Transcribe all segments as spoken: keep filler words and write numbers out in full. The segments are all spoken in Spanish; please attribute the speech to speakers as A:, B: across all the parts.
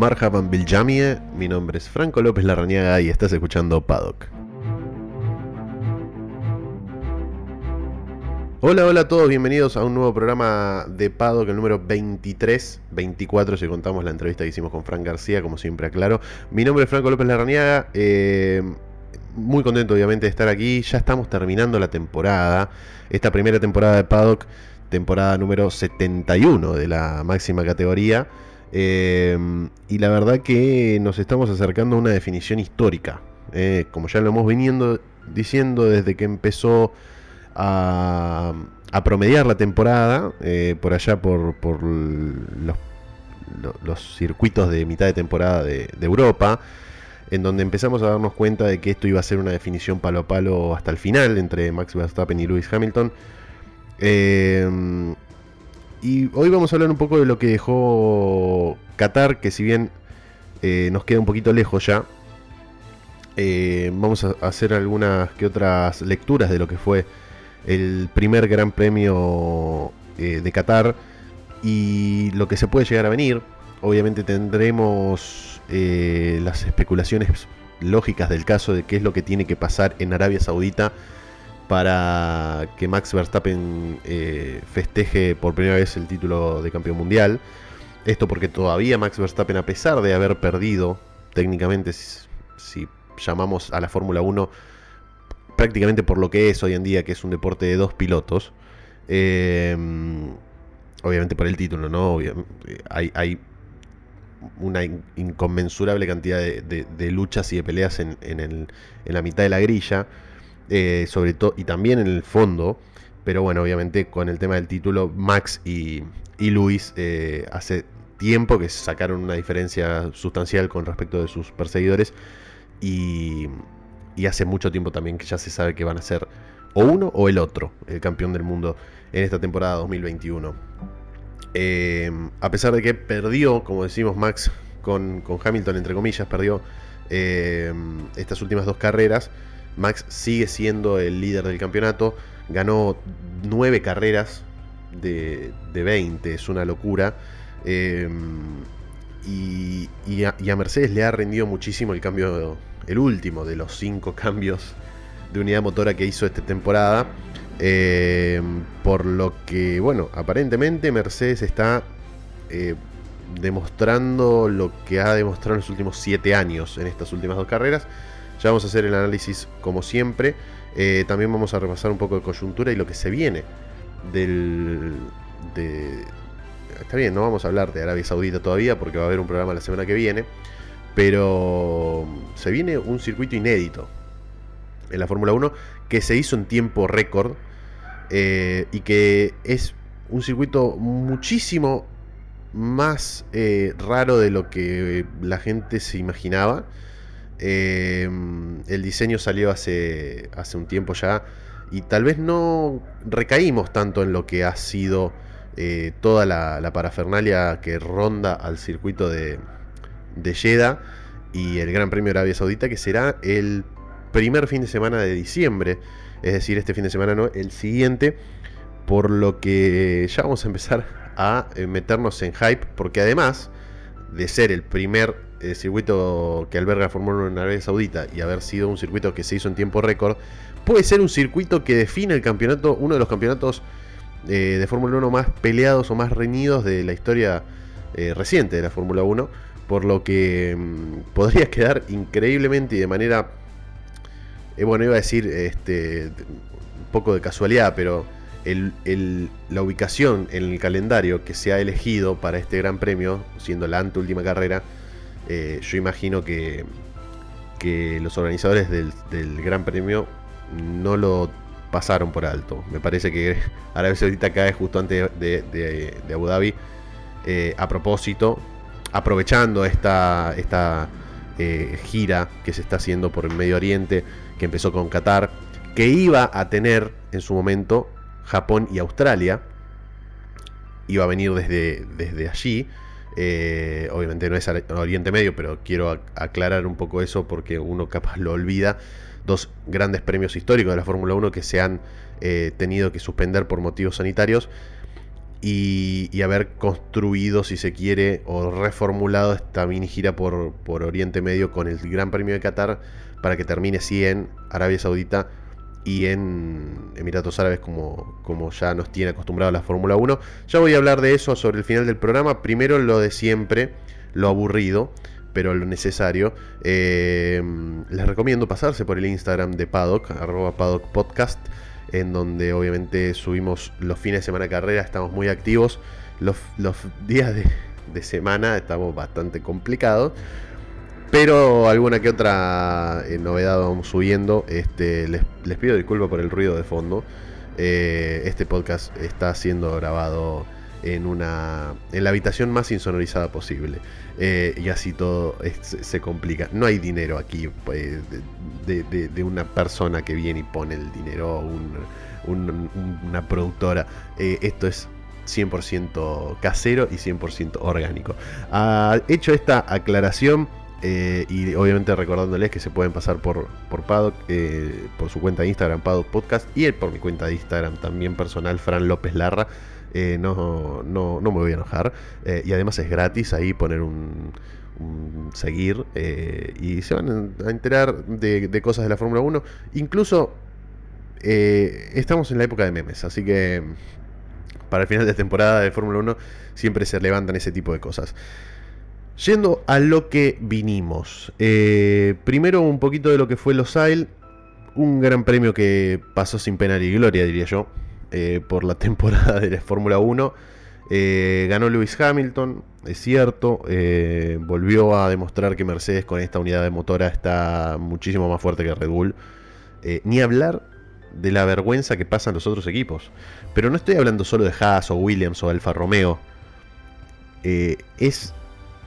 A: Marhaban Biljamie, mi nombre es Franco López Larrañaga y estás escuchando Paddock. Hola, hola a todos, bienvenidos a un nuevo programa de Paddock, el número veintitrés, veinticuatro si contamos la entrevista que hicimos con Frank García, como siempre aclaro. Mi nombre es Franco López Larrañaga, eh, muy contento obviamente de estar aquí, ya estamos terminando la temporada, esta primera temporada de Paddock, temporada número setenta y uno de la máxima categoría. Eh, y la verdad que nos estamos acercando a una definición histórica, eh, como ya lo hemos venido diciendo desde que empezó a, a promediar la temporada, eh, por allá por, por los, los circuitos de mitad de temporada de, de Europa, en donde empezamos a darnos cuenta de que esto iba a ser una definición palo a palo hasta el final entre Max Verstappen y Lewis Hamilton. Eh, Y hoy vamos a hablar un poco de lo que dejó Qatar, que si bien eh, nos queda un poquito lejos ya, eh, vamos a hacer algunas que otras lecturas de lo que fue el primer Gran Premio eh, de Qatar y lo que se puede llegar a venir. Obviamente tendremos eh, las especulaciones lógicas del caso de qué es lo que tiene que pasar en Arabia Saudita para que Max Verstappen eh, festeje por primera vez el título de campeón mundial. Esto porque todavía Max Verstappen, a pesar de haber perdido técnicamente, si, si llamamos a la Fórmula uno prácticamente por lo que es hoy en día, que es un deporte de dos pilotos, eh, obviamente por el título, ¿no? Hay, hay una inconmensurable cantidad de, de, de luchas y de peleas en, en, el, en la mitad de la grilla. Eh, sobre todo y también en el fondo, pero bueno, obviamente con el tema del título, Max y, y Lewis eh, hace tiempo que sacaron una diferencia sustancial con respecto de sus perseguidores y, y hace mucho tiempo también que ya se sabe que van a ser o uno o el otro el campeón del mundo en esta temporada dos mil veintiuno. Eh, a pesar de que perdió, como decimos, Max con, con Hamilton, entre comillas, perdió eh, estas últimas dos carreras, Max sigue siendo el líder del campeonato, ganó nueve carreras de, de veinte, es una locura. Eh, y, y, a, y a Mercedes le ha rendido muchísimo el cambio, el último de los cinco cambios de unidad motora que hizo esta temporada. Eh, por lo que, bueno, aparentemente Mercedes está eh, demostrando lo que ha demostrado en los últimos siete años en estas últimas dos carreras. Ya vamos a hacer el análisis como siempre. Eh, también vamos a repasar un poco de coyuntura y lo que se viene del... De, está bien, no vamos a hablar de Arabia Saudita todavía porque va a haber un programa la semana que viene. Pero se viene un circuito inédito en la Fórmula uno que se hizo en tiempo récord. Eh, y que es un circuito muchísimo más eh, raro de lo que la gente se imaginaba. Eh, el diseño salió hace, hace un tiempo ya y tal vez no recaímos tanto en lo que ha sido eh, toda la, la parafernalia que ronda al circuito de, de Jeddah y el Gran Premio de Arabia Saudita, que será el primer fin de semana de diciembre, es decir, este fin de semana no, el siguiente, por lo que ya vamos a empezar a meternos en hype, porque además de ser el primer eh, circuito que alberga Fórmula uno en Arabia Saudita y haber sido un circuito que se hizo en tiempo récord, puede ser un circuito que define el campeonato, uno de los campeonatos eh, de Fórmula uno más peleados o más reñidos de la historia eh, reciente de la Fórmula uno, por lo que mmm, podría quedar increíblemente y de manera, eh, bueno, iba a decir este, un poco de casualidad, pero El, el, la ubicación en el calendario que se ha elegido para este Gran Premio, siendo la anteúltima carrera, eh, yo imagino que, que los organizadores del, del Gran Premio no lo pasaron por alto. Me parece que Arabia Saudita cae justo antes de, de, de Abu Dhabi, eh, a propósito, aprovechando esta, esta eh, gira que se está haciendo por el Medio Oriente, que empezó con Qatar, que iba a tener en su momento Japón y Australia. Iba a venir desde, desde allí. Eh, obviamente no es Oriente Medio, pero quiero aclarar un poco eso porque uno capaz lo olvida. Dos grandes premios históricos de la Fórmula uno que se han eh, tenido que suspender por motivos sanitarios. y, y haber construido, si se quiere, o reformulado esta mini gira por, por Oriente Medio con el Gran Premio de Qatar para que termine sí en Arabia Saudita y en Emiratos Árabes, como, como ya nos tiene acostumbrado la Fórmula uno. Ya voy a hablar de eso sobre el final del programa. Primero lo de siempre, lo aburrido, pero lo necesario. Eh, les recomiendo pasarse por el Instagram de Paddock, arroba Paddock Podcast, en donde obviamente subimos los fines de semana de carrera, estamos muy activos. Los, los días de, de semana estamos bastante complicados, pero alguna que otra eh, novedad vamos subiendo. Este, les, les pido disculpas por el ruido de fondo. Eh, este podcast está siendo grabado en una en la habitación más insonorizada posible, eh, y así todo es, se complica. No hay dinero aquí pues, de, de, de una persona que viene y pone el dinero, un, un, una productora. Eh, esto es cien por ciento casero y cien por ciento orgánico. Ah, hecho esta aclaración, Eh, y obviamente recordándoles que se pueden pasar por, por Paddock, eh, por su cuenta de Instagram, Paddock Podcast, y por mi cuenta de Instagram también personal, Fran López Larra. Eh, no, no, no me voy a enojar. Eh, y además es gratis ahí poner un, un seguir, eh, y se van a enterar de, de cosas de la Fórmula uno. Incluso eh, estamos en la época de memes, así que para el final de temporada de Fórmula uno siempre se levantan ese tipo de cosas. Yendo a lo que vinimos, eh, primero un poquito de lo que fue Losail, un gran premio que pasó sin pena ni gloria, diría yo, eh, por la temporada de la Fórmula uno. Eh, ganó Lewis Hamilton, es cierto, eh, volvió a demostrar que Mercedes con esta unidad de motora está muchísimo más fuerte que Red Bull. Eh, ni hablar de la vergüenza que pasan los otros equipos, pero no estoy hablando solo de Haas o Williams o Alfa Romeo, eh, es...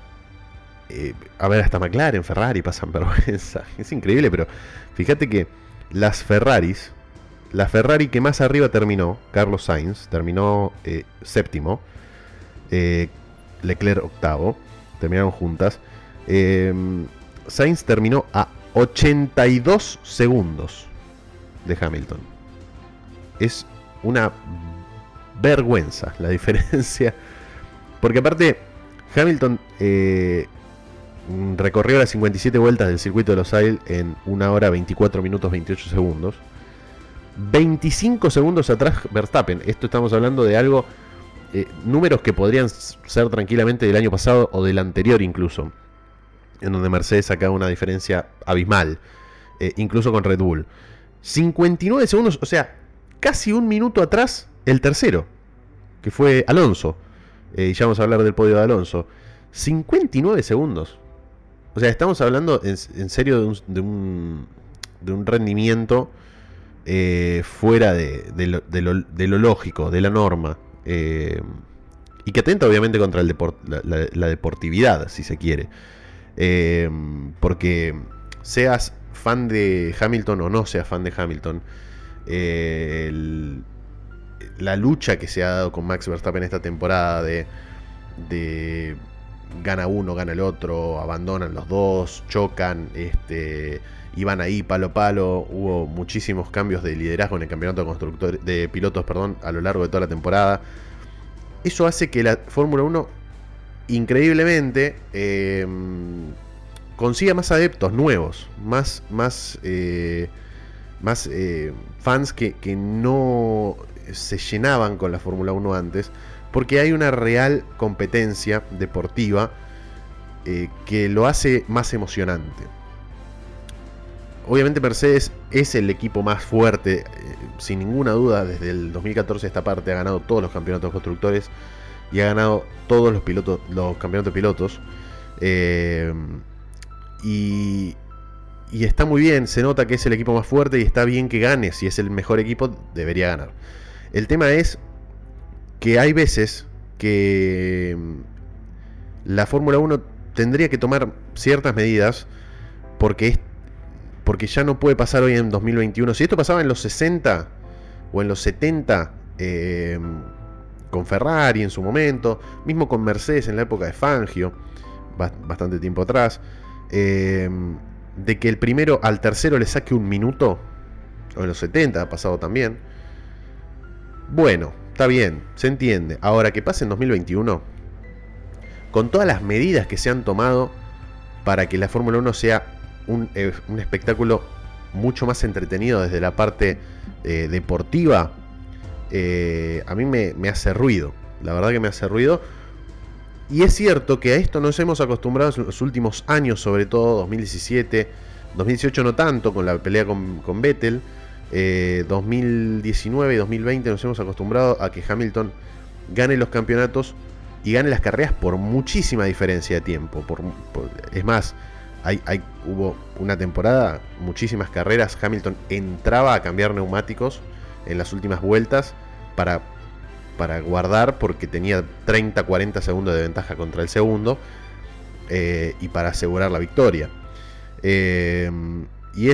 A: Eh, a ver, hasta McLaren, Ferrari pasan vergüenza. Es increíble, pero fíjate que las Ferraris, la Ferrari que más arriba terminó, Carlos Sainz, terminó eh, séptimo, eh, Leclerc octavo, terminaron juntas. Eh, Sainz terminó a ochenta y dos segundos de Hamilton. Es una vergüenza la diferencia, porque aparte Hamilton eh, recorrió las cincuenta y siete vueltas del circuito de Losail en una hora veinticuatro minutos veintiocho segundos. veinticinco segundos atrás Verstappen. Esto estamos hablando de algo, eh, números que podrían ser tranquilamente del año pasado o del anterior incluso, en donde Mercedes sacaba una diferencia abismal, eh, incluso con Red Bull. cincuenta y nueve segundos, o sea, casi un minuto atrás el tercero, que fue Alonso. Eh, y ya vamos a hablar del podio de Alonso. cincuenta y nueve segundos. O sea, estamos hablando en, en serio de un, de un, de un rendimiento eh, fuera de, de, lo, de, lo, de lo lógico, de la norma. Eh, y que atenta obviamente contra el deport, la, la, la deportividad, si se quiere. Eh, porque seas fan de Hamilton o no seas fan de Hamilton, eh, el, la lucha que se ha dado con Max Verstappen esta temporada de... de gana uno, gana el otro, abandonan los dos, chocan, este, y van ahí palo a palo. Hubo muchísimos cambios de liderazgo en el campeonato de constructores, de pilotos, perdón, a lo largo de toda la temporada. Eso hace que la Fórmula uno, increíblemente, eh, consiga más adeptos nuevos, más, más, eh, más eh, fans que, que no se llenaban con la Fórmula uno antes. Porque hay una real competencia deportiva eh, que lo hace más emocionante. Obviamente Mercedes es el equipo más fuerte, eh, sin ninguna duda, desde el dos mil catorce a esta parte. Ha ganado todos los campeonatos de constructores y ha ganado todos los, pilotos, los campeonatos de pilotos. Eh, y, y está muy bien, se nota que es el equipo más fuerte y está bien que gane. Si es el mejor equipo, debería ganar. El tema es que hay veces que la Fórmula uno tendría que tomar ciertas medidas porque, es, porque ya no puede pasar hoy en dos mil veintiuno. Si esto pasaba en los sesenta o en los setenta, eh, con Ferrari en su momento, mismo con Mercedes en la época de Fangio, bastante tiempo atrás, eh, de que el primero al tercero le saque un minuto, o en los setenta ha pasado también. Bueno, está bien, se entiende. Ahora, que pase en dos mil veintiuno, con todas las medidas que se han tomado para que la Fórmula uno sea un, eh, un espectáculo mucho más entretenido desde la parte eh, deportiva, eh, a mí me, me hace ruido. La verdad que me hace ruido. Y es cierto que a esto nos hemos acostumbrado en los últimos años, sobre todo dos mil diecisiete, dos mil dieciocho no tanto, con la pelea con, con Vettel. Eh, dos mil diecinueve y dos mil veinte nos hemos acostumbrado a que Hamilton gane los campeonatos y gane las carreras por muchísima diferencia de tiempo. Por, por, es más, hay, hay, hubo una temporada, muchísimas carreras, Hamilton entraba a cambiar neumáticos en las últimas vueltas para, para guardar, porque tenía treinta a cuarenta segundos de ventaja contra el segundo, eh, y para asegurar la victoria. Eh, y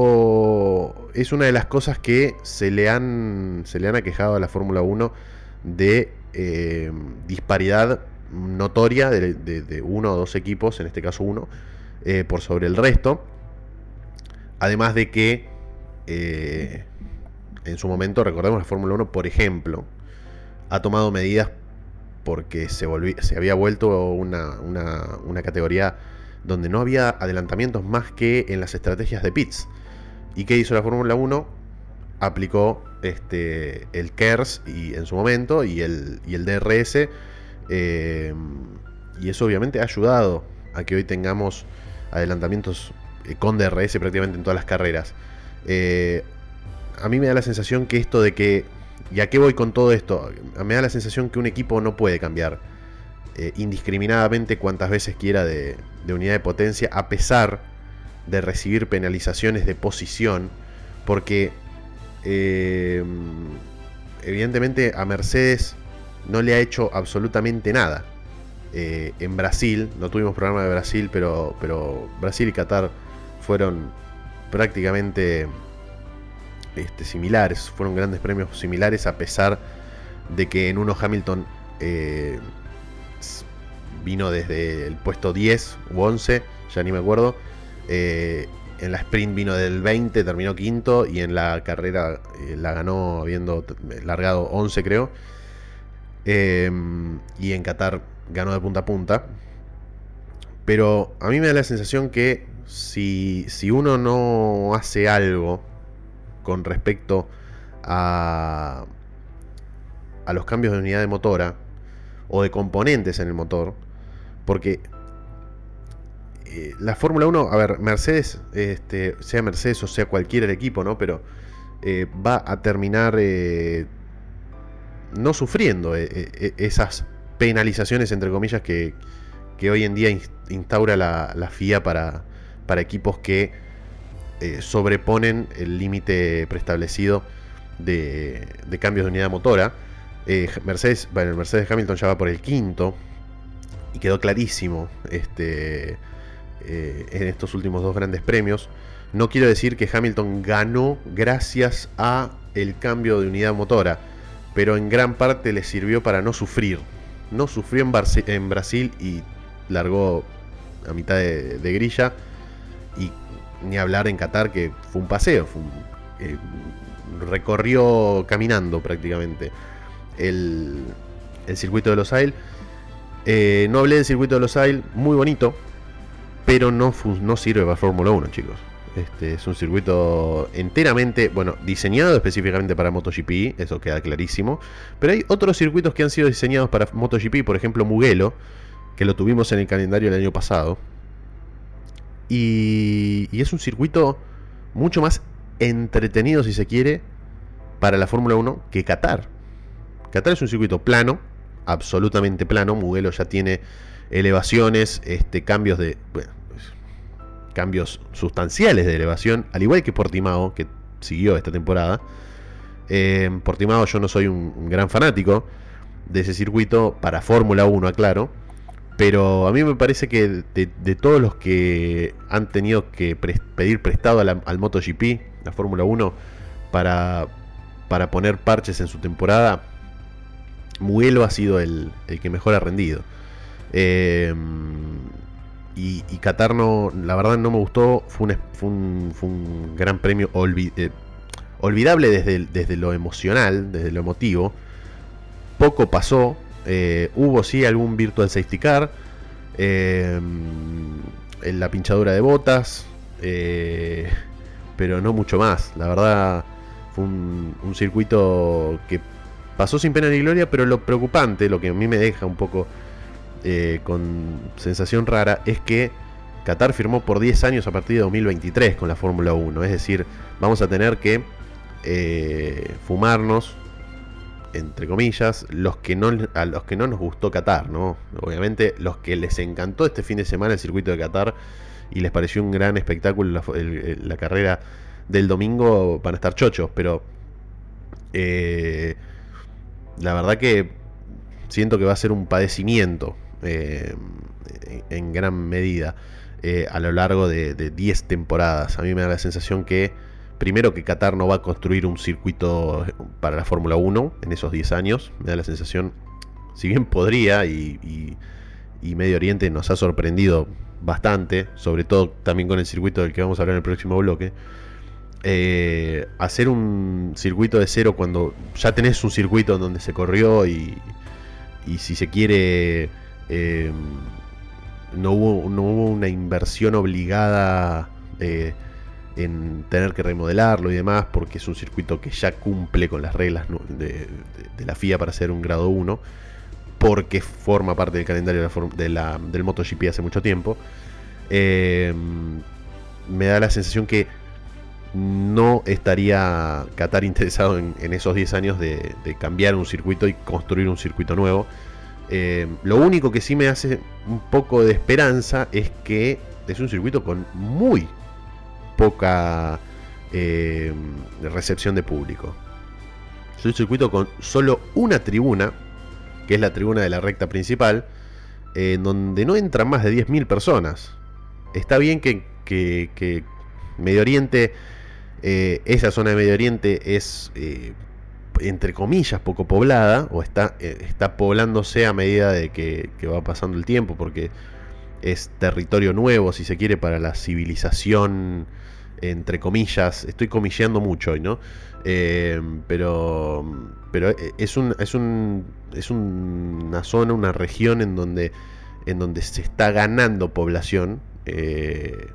A: eso es una de las cosas que se le han, se le han aquejado a la Fórmula uno, de eh, disparidad notoria de, de, de uno o dos equipos, en este caso uno, eh, por sobre el resto. Además de que eh, en su momento, recordemos, la Fórmula uno, por ejemplo, ha tomado medidas porque se, volví, se había vuelto una, una, una categoría donde no había adelantamientos más que en las estrategias de pits. ¿Y qué hizo la Fórmula uno? Aplicó este, el K E R S y, en su momento, y el, y el D R S, eh, y eso obviamente ha ayudado a que hoy tengamos adelantamientos con D R S prácticamente en todas las carreras. Eh, a mí me da la sensación que esto de que, ¿y a qué voy con todo esto? Me da la sensación que un equipo no puede cambiar eh, indiscriminadamente cuantas veces quiera de, de unidad de potencia, a pesar de recibir penalizaciones de posición, porque eh, evidentemente a Mercedes no le ha hecho absolutamente nada. Eh, en Brasil, no tuvimos programa de Brasil, pero, pero Brasil y Qatar fueron prácticamente este, similares, fueron grandes premios similares, a pesar de que en uno Hamilton eh, vino desde el puesto diez u once, ya ni me acuerdo. Eh, en la sprint vino del veinte, terminó quinto, y en la carrera eh, la ganó habiendo largado once, creo. Eh, y en Qatar ganó de punta a punta. Pero a mí me da la sensación que si, si uno no hace algo con respecto a, a los cambios de unidad de motora o de componentes en el motor, porque eh, la Fórmula uno, a ver, Mercedes, este, sea Mercedes o sea cualquier equipo, ¿no? Pero eh, va a terminar eh, no sufriendo eh, eh, esas penalizaciones, entre comillas, que, que hoy en día instaura la, la F I A para, para equipos que eh, sobreponen el límite preestablecido de, de cambios de unidad motora. Eh, Mercedes, bueno, el Mercedes Hamilton ya va por el quinto, y quedó clarísimo este, eh, en estos últimos dos grandes premios. No quiero decir que Hamilton ganó gracias a el cambio de unidad motora, pero en gran parte le sirvió para no sufrir. No sufrió en, Barce en Brasil y largó a mitad de, de grilla. Y ni hablar en Qatar, que fue un paseo. Fue un, eh, recorrió caminando prácticamente el, el circuito de Losail. Eh, no hablé del circuito de Losail, muy bonito, pero no, no sirve para Fórmula uno, chicos. Este es un circuito enteramente, bueno, diseñado específicamente para MotoGP, eso queda clarísimo. Pero hay otros circuitos que han sido diseñados para MotoGP, por ejemplo Mugello, que lo tuvimos en el calendario el año pasado. Y, y es un circuito mucho más entretenido, si se quiere, para la Fórmula uno que Qatar. Qatar es un circuito plano, absolutamente plano. Mugello ya tiene elevaciones, este, cambios de... Bueno, cambios sustanciales de elevación, al igual que Portimao, que siguió esta temporada. Eh, Portimao, yo no soy un, un gran fanático de ese circuito para Fórmula uno, aclaro, pero a mí me parece que de, de todos los que han tenido que pre pedir prestado a la, al MotoGP, la Fórmula uno, para, para poner parches en su temporada, Mugello ha sido el, el que mejor ha rendido. Eh, Y, y Qatar, no, la verdad no me gustó. Fue un, fue un, fue un gran premio olvi, eh, olvidable desde, desde lo emocional, desde lo emotivo, poco pasó. Eh, hubo sí algún Virtual Safety Car, eh, en la pinchadura de botas, eh, pero no mucho más. La verdad fue un, un circuito que pasó sin pena ni gloria, pero lo preocupante, lo que a mí me deja un poco eh, con sensación rara, es que Qatar firmó por diez años a partir de dos mil veintitrés con la Fórmula uno. Es decir, vamos a tener que eh, fumarnos, entre comillas, los que no, a los que no nos gustó Qatar, ¿no? Obviamente los que les encantó este fin de semana el circuito de Qatar y les pareció un gran espectáculo la, el, la carrera del domingo, van a estar chochos, pero eh, la verdad que siento que va a ser un padecimiento eh, en gran medida eh, a lo largo de diez temporadas. A mí me da la sensación que primero que Qatar no va a construir un circuito para la Fórmula uno en esos diez años. Me da la sensación, si bien podría, y, y, y Medio Oriente nos ha sorprendido bastante, sobre todo también con el circuito del que vamos a hablar en el próximo bloque, eh, hacer un circuito de cero cuando ya tenés un circuito en donde se corrió y, y si se quiere, eh, no, hubo, no hubo una inversión obligada eh, en tener que remodelarlo y demás, porque es un circuito que ya cumple con las reglas de, de, de la F I A para ser un grado uno, porque forma parte del calendario de la, de la, del MotoGP hace mucho tiempo. Eh, me da la sensación que no estaría Qatar interesado en, en esos diez años de, de cambiar un circuito y construir un circuito nuevo. Eh, lo único que sí me hace un poco de esperanza es que es un circuito con muy poca eh, recepción de público. Es un circuito con solo una tribuna, que es la tribuna de la recta principal, eh, en donde no entran más de diez mil personas. Está bien que, que, que Medio Oriente, eh, esa zona de Medio Oriente es, eh, entre comillas, poco poblada, o está, eh, está poblándose a medida de que, que va pasando el tiempo, porque es territorio nuevo, si se quiere, para la civilización, entre comillas. Estoy comilleando mucho hoy, ¿no? Eh, pero pero es un es un es una zona, una región en donde en donde se está ganando población eh,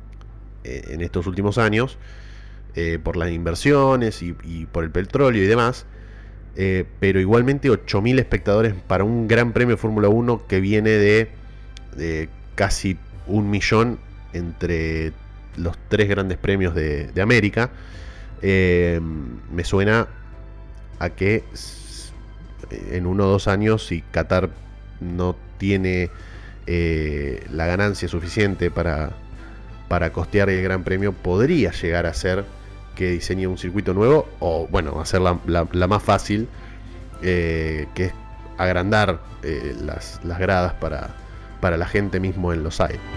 A: en estos últimos años, eh, por las inversiones y, y por el petróleo y demás. Eh, pero igualmente ocho mil espectadores para un gran premio de Fórmula uno que viene de, de casi un millón entre los tres grandes premios de, de América. Eh, me suena a que en uno o dos años, si Qatar no tiene eh, la ganancia suficiente para, para costear el gran premio, podría llegar a ser que diseñe un circuito nuevo, o bueno, hacer la, la, la más fácil, eh, que es agrandar eh, las, las gradas para, para la gente mismo en los aires.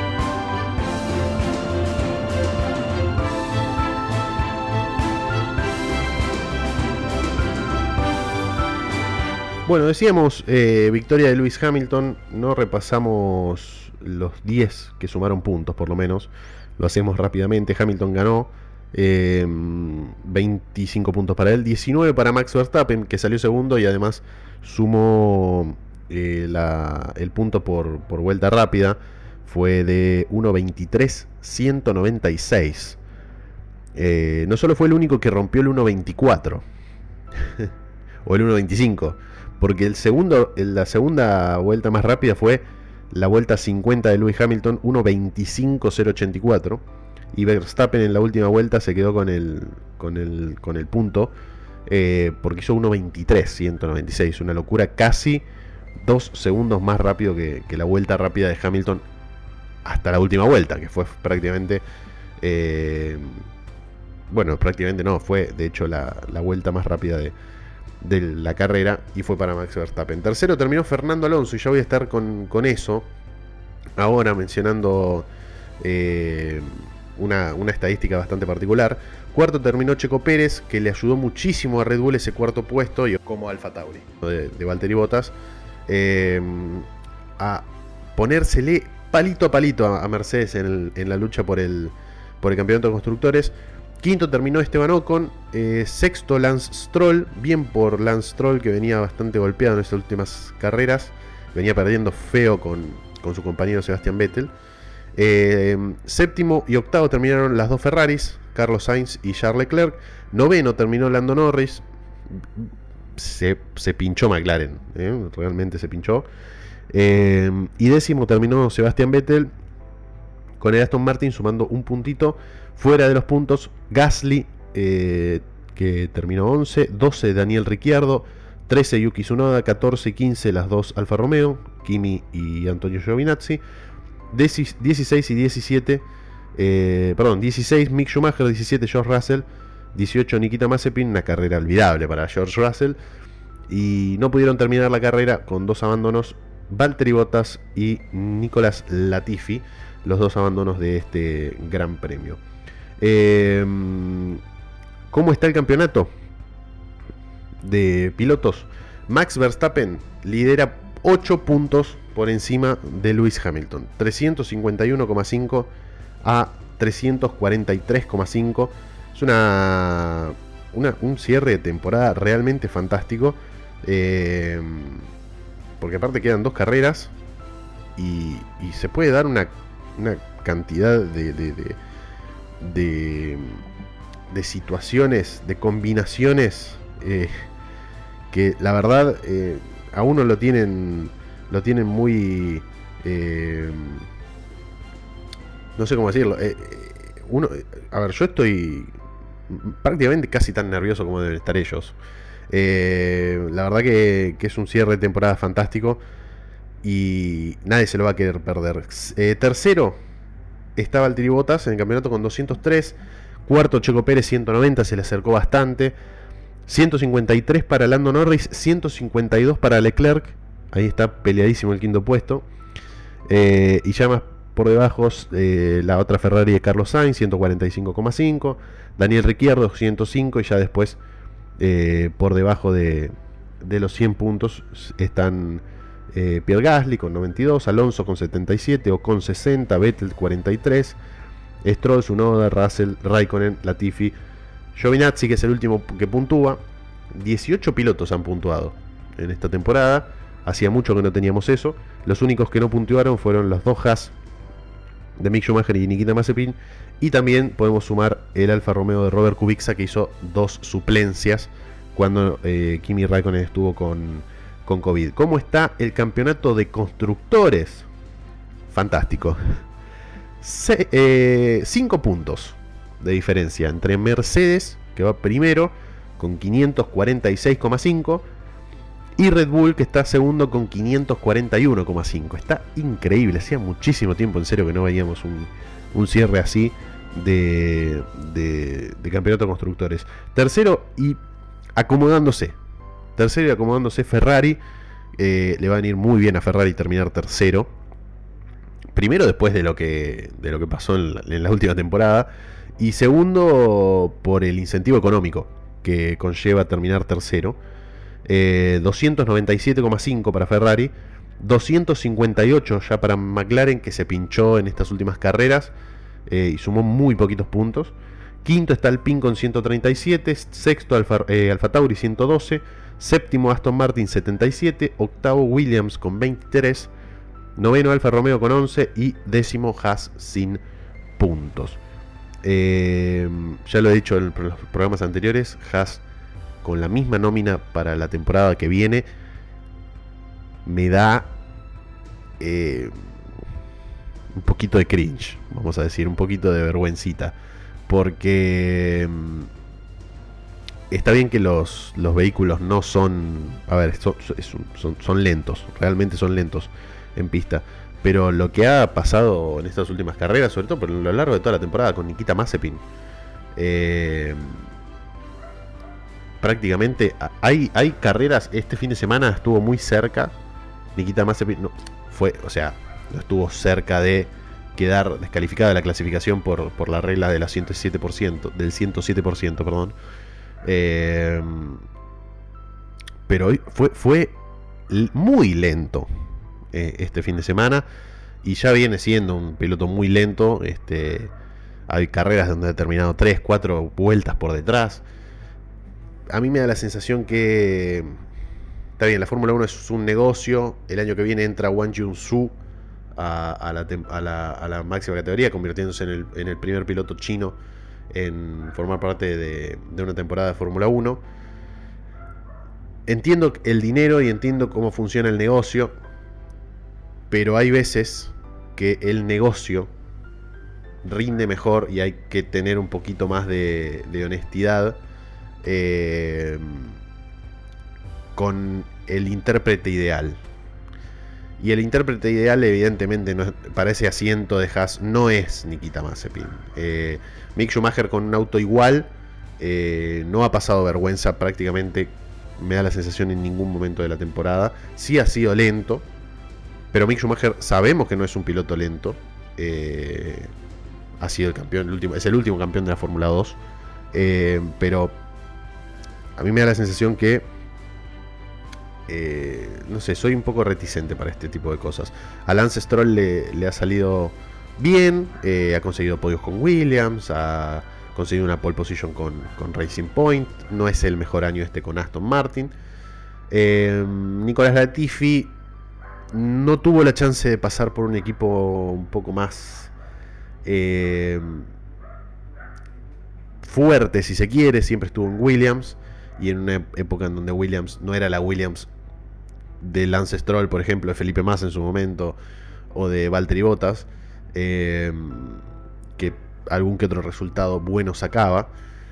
A: Bueno, decíamos eh, victoria de Lewis Hamilton. No repasamos los diez que sumaron puntos, por lo menos. Lo hacemos rápidamente. Hamilton ganó, eh, veinticinco puntos para él, diecinueve para Max Verstappen, que salió segundo y además sumó eh, la, el punto por, por vuelta rápida. Fue de uno veintitrés ciento noventa y seis. Eh, no solo fue el único que rompió el uno veinticuatro o el uno veinticinco, porque el segundo, la segunda vuelta más rápida fue la vuelta cincuenta de Lewis Hamilton, uno veinticinco cero ochenta y cuatro, y Verstappen en la última vuelta se quedó con el, con el, con el punto, eh, porque hizo uno veintitrés ciento noventa y seis, una locura, casi dos segundos más rápido que, que la vuelta rápida de Hamilton hasta la última vuelta, que fue prácticamente, eh, bueno, prácticamente no, fue de hecho la, la vuelta más rápida de de la carrera, y fue para Max Verstappen. Tercero terminó Fernando Alonso, y ya voy a estar con, con eso ahora, mencionando eh, una, una estadística bastante particular. Cuarto terminó Checo Pérez, que le ayudó muchísimo a Red Bull ese cuarto puesto, y como Alfa Tauri de, de Valtteri Bottas, eh, a ponérsele palito a palito a, a Mercedes en, el, en la lucha por el, por el campeonato de constructores. Quinto terminó Esteban Ocon. Eh, sexto Lance Stroll. Bien por Lance Stroll, que venía bastante golpeado en estas últimas carreras. Venía perdiendo feo con, con su compañero Sebastian Vettel. Eh, séptimo y octavo terminaron las dos Ferraris, Carlos Sainz y Charles Leclerc. Noveno terminó Lando Norris. Se, se pinchó McLaren, ¿eh? Realmente se pinchó. Eh, y décimo terminó Sebastian Vettel, con el Aston Martin sumando un puntito. Fuera de los puntos, Gasly, eh, que terminó once. doce Daniel Ricciardo. trece Yuki Tsunoda. catorce y quince las dos Alfa Romeo, Kimi y Antonio Giovinazzi. dieciséis y diecisiete, eh, perdón, dieciséis Mick Schumacher. diecisiete George Russell. dieciocho Nikita Mazepin. Una carrera olvidable para George Russell. Y no pudieron terminar la carrera con dos abandonos, Valtteri Bottas y Nicolas Latifi, los dos abandonos de este gran premio. Eh, ¿Cómo está el campeonato de pilotos? Max Verstappen lidera ocho puntos por encima de Lewis Hamilton, trescientos cincuenta y uno coma cinco a trescientos cuarenta y tres coma cinco. Es una, una, un cierre de temporada realmente fantástico, eh, porque aparte quedan dos carreras y, y se puede dar una, una cantidad de, de, de, de, de situaciones, de combinaciones, eh, que la verdad eh, a uno lo tienen, lo tienen muy... Eh, no sé cómo decirlo. Eh, uno, a ver, yo estoy prácticamente casi tan nervioso como deben estar ellos. Eh, la verdad que, que es un cierre de temporada fantástico y nadie se lo va a querer perder. Eh, tercero está Valtteri Bottas en el campeonato con doscientos tres. Cuarto Checo Pérez, ciento noventa, se le acercó bastante. ciento cincuenta y tres para Lando Norris, ciento cincuenta y dos para Leclerc. Ahí está peleadísimo el quinto puesto. Eh, y ya más por debajo, eh, la otra Ferrari de Carlos Sainz, ciento cuarenta y cinco coma cinco. Daniel Ricciardo, ciento cinco. Y ya después, eh, por debajo de, de los cien puntos, están eh, Pierre Gasly con noventa y dos, Alonso con setenta y siete, Ocon sesenta, Vettel cuarenta y tres, Stroll, Tsunoda, Russell, Raikkonen, Latifi, Giovinazzi, que es el último que puntúa. dieciocho pilotos han puntuado en esta temporada. Hacía mucho que no teníamos eso. Los únicos que no puntuaron fueron los dos Haas de Mick Schumacher y Nikita Mazepin. Y también podemos sumar el Alfa Romeo de Robert Kubica, que hizo dos suplencias cuando eh, Kimi Raikkonen estuvo con, con COVID. ¿Cómo está el campeonato de constructores? Fantástico. Se, eh, cinco puntos de diferencia entre Mercedes, que va primero con quinientos cuarenta y seis coma cinco, y Red Bull, que está segundo con quinientos cuarenta y uno coma cinco. Está increíble, hacía muchísimo tiempo en serio que no veíamos un, un cierre así de, de, de campeonato de constructores. Tercero y acomodándose, tercero y acomodándose Ferrari. Eh, le va a venir muy bien a Ferrari terminar tercero. Primero después de lo que, de lo que pasó en la, en la última temporada. Y segundo por el incentivo económico que conlleva terminar tercero. eh, doscientos noventa y siete coma cinco para Ferrari, doscientos cincuenta y ocho ya para McLaren, que se pinchó en estas últimas carreras eh, y sumó muy poquitos puntos. Quinto está Alpine con ciento treinta y siete, sexto Alfa, eh, Alfa Tauri ciento doce, séptimo Aston Martin setenta y siete, octavo Williams con veintitrés, noveno Alfa Romeo con once y décimo Haas sin puntos. Eh, ya lo he dicho en los programas anteriores, Haas con la misma nómina para la temporada que viene me da eh, un poquito de cringe, vamos a decir, un poquito de vergüencita, porque está bien que los, los vehículos no son, a ver, son, son, son lentos, realmente son lentos en pista, pero lo que ha pasado en estas últimas carreras, sobre todo por lo largo de toda la temporada con Nikita Mazepin, eh, prácticamente hay, hay carreras. Este fin de semana estuvo muy cerca Nikita Mazepin, no, fue, o sea, no estuvo cerca de quedar descalificada de la clasificación por, por la regla de la ciento siete por ciento, del ciento siete por ciento, perdón. Eh, pero fue, fue muy lento eh, este fin de semana, y ya viene siendo un piloto muy lento. Este, Hay carreras donde ha terminado tres, cuatro vueltas por detrás. A mí me da la sensación que... Está bien, la Fórmula uno es un negocio. El año que viene entra Wang Yun-su a, a, la, a, la, a la máxima categoría, convirtiéndose en el, en el primer piloto chino en formar parte de, de una temporada de Fórmula uno. Entiendo el dinero y entiendo cómo funciona el negocio, pero hay veces que el negocio rinde mejor y hay que tener un poquito más de, de honestidad eh, con el intérprete ideal. Y el intérprete ideal, evidentemente, no es, para ese asiento de Haas no es Nikita Mazepin. Eh, Mick Schumacher con un auto igual eh, no ha pasado vergüenza prácticamente, me da la sensación, en ningún momento de la temporada. Sí ha sido lento, pero Mick Schumacher sabemos que no es un piloto lento. Eh, ha sido el campeón, el último, es el último campeón de la Fórmula dos. Eh, pero a mí me da la sensación que Eh, no sé, soy un poco reticente para este tipo de cosas. A Lance Stroll le, le ha salido bien, eh, ha conseguido podios con Williams, ha conseguido una pole position con, con Racing Point. No es el mejor año este con Aston Martin. eh, Nicolás Latifi no tuvo la chance de pasar por un equipo un poco más eh, fuerte, si se quiere. Siempre estuvo en Williams, y en una época en donde Williams no era la Williams de Lance Stroll, por ejemplo, de Felipe Massa en su momento, o de Valtteri Bottas, eh, que algún que otro resultado bueno sacaba.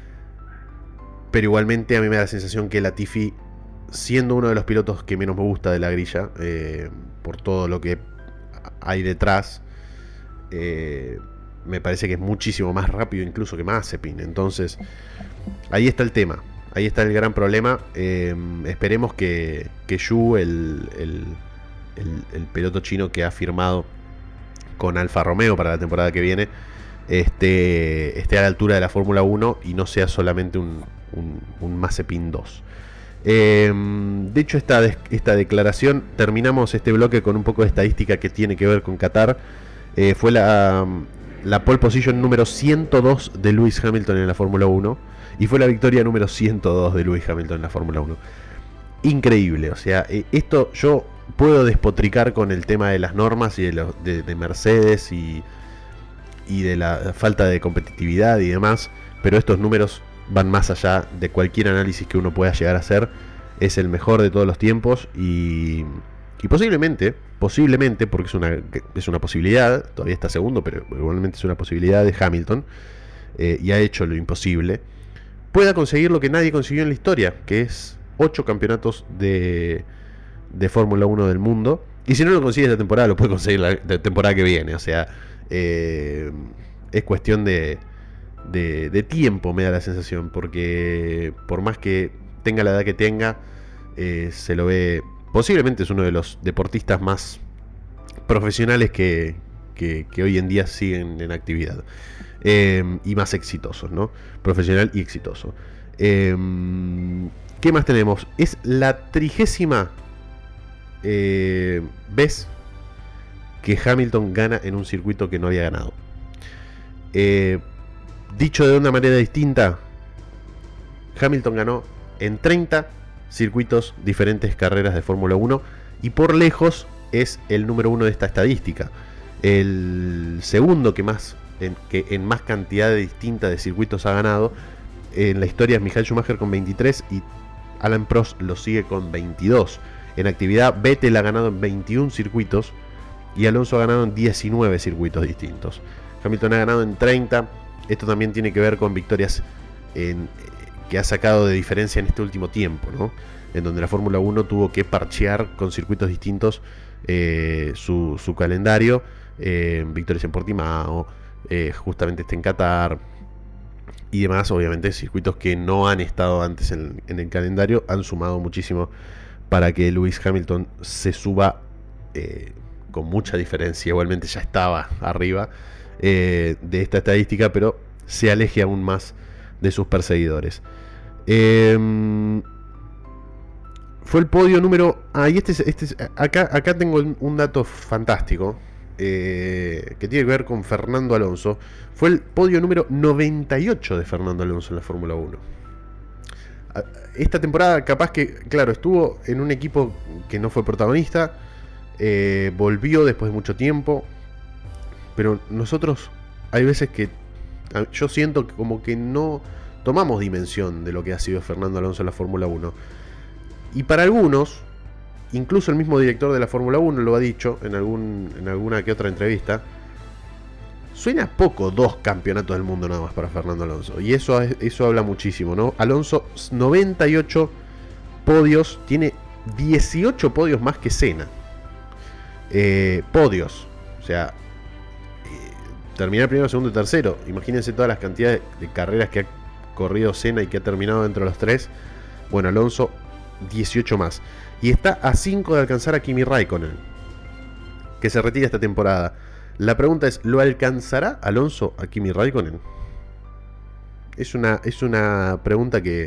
A: Pero igualmente a mí me da la sensación que Latifi, siendo uno de los pilotos que menos me gusta de la grilla, eh, por todo lo que hay detrás, eh, me parece que es muchísimo más rápido incluso que Mazepin. Entonces ahí está el tema. Ahí está el gran problema. Eh, esperemos que, que Zhou, el, el, el, el piloto chino que ha firmado con Alfa Romeo para la temporada que viene, esté, esté a la altura de la Fórmula uno y no sea solamente un, un, un Mazepin dos. Eh, de hecho, esta, esta declaración, terminamos este bloque con un poco de estadística que tiene que ver con Qatar. Eh, fue la, la pole position número ciento dos de Lewis Hamilton en la Fórmula uno. Y fue la victoria número ciento dos de Lewis Hamilton en la Fórmula uno. Increíble, o sea, esto yo puedo despotricar con el tema de las normas y de, los, de, de Mercedes y, y de la falta de competitividad y demás, pero estos números van más allá de cualquier análisis que uno pueda llegar a hacer. Es el mejor de todos los tiempos y, y posiblemente, posiblemente, porque es una, es una posibilidad, todavía está segundo, pero igualmente es una posibilidad de Hamilton, eh, y ha hecho lo imposible, pueda conseguir lo que nadie consiguió en la historia, que es ocho campeonatos de, de Fórmula uno del mundo. Y si no lo consigue esta temporada, lo puede conseguir la, la temporada que viene. O sea, eh, es cuestión de, de, de tiempo, me da la sensación, porque por más que tenga la edad que tenga, eh, se lo ve, posiblemente es uno de los deportistas más profesionales que, que, que hoy en día siguen en actividad. Eh, y más exitosos, ¿no? Profesional y exitoso. Eh, ¿Qué más tenemos? Es la trigésima eh, vez que Hamilton gana en un circuito que no había ganado. Eh, dicho de una manera distinta, Hamilton ganó en treinta circuitos diferentes carreras de Fórmula uno y por lejos es el número uno de esta estadística. El segundo que más En, que en más cantidad de distinta de circuitos ha ganado en la historia es Michael Schumacher con veintitrés y Alain Prost lo sigue con veintidós. En actividad, Vettel ha ganado en veintiún circuitos y Alonso ha ganado en diecinueve circuitos distintos. Hamilton ha ganado en treinta. Esto también tiene que ver con victorias en, que ha sacado de diferencia en este último tiempo, ¿no? En donde la Fórmula uno tuvo que parchear con circuitos distintos eh, su, su calendario. Eh, victorias en Portimao, Eh, justamente está en Qatar y demás. Obviamente circuitos que no han estado antes en, en el calendario han sumado muchísimo para que Lewis Hamilton se suba eh, con mucha diferencia. Igualmente ya estaba arriba eh, de esta estadística, pero se aleje aún más de sus perseguidores. eh, fue el podio número ah, y este, este acá, acá tengo un dato fantástico. eh, que tiene que ver con Fernando Alonso. Fue el podio número noventa y ocho de Fernando Alonso en la Fórmula uno. Esta temporada capaz que, claro, estuvo en un equipo que no fue protagonista, eh, volvió después de mucho tiempo, pero nosotros hay veces que yo siento que como que no tomamos dimensión de lo que ha sido Fernando Alonso en la Fórmula uno. Y para algunos, incluso el mismo director de la Fórmula uno lo ha dicho en, algún, en alguna que otra entrevista, suena poco dos campeonatos del mundo nada más para Fernando Alonso. Y eso, eso habla muchísimo, ¿no? Alonso, noventa y ocho podios, tiene dieciocho podios más que Senna. Eh, podios, o sea, eh, terminar primero, segundo y tercero. Imagínense todas las cantidades de carreras que ha corrido Senna y que ha terminado dentro de los tres. Bueno, Alonso, dieciocho más. Y está a cinco de alcanzar a Kimi Raikkonen, que se retira esta temporada. La pregunta es, ¿lo alcanzará Alonso a Kimi Raikkonen? Es una, es una pregunta que,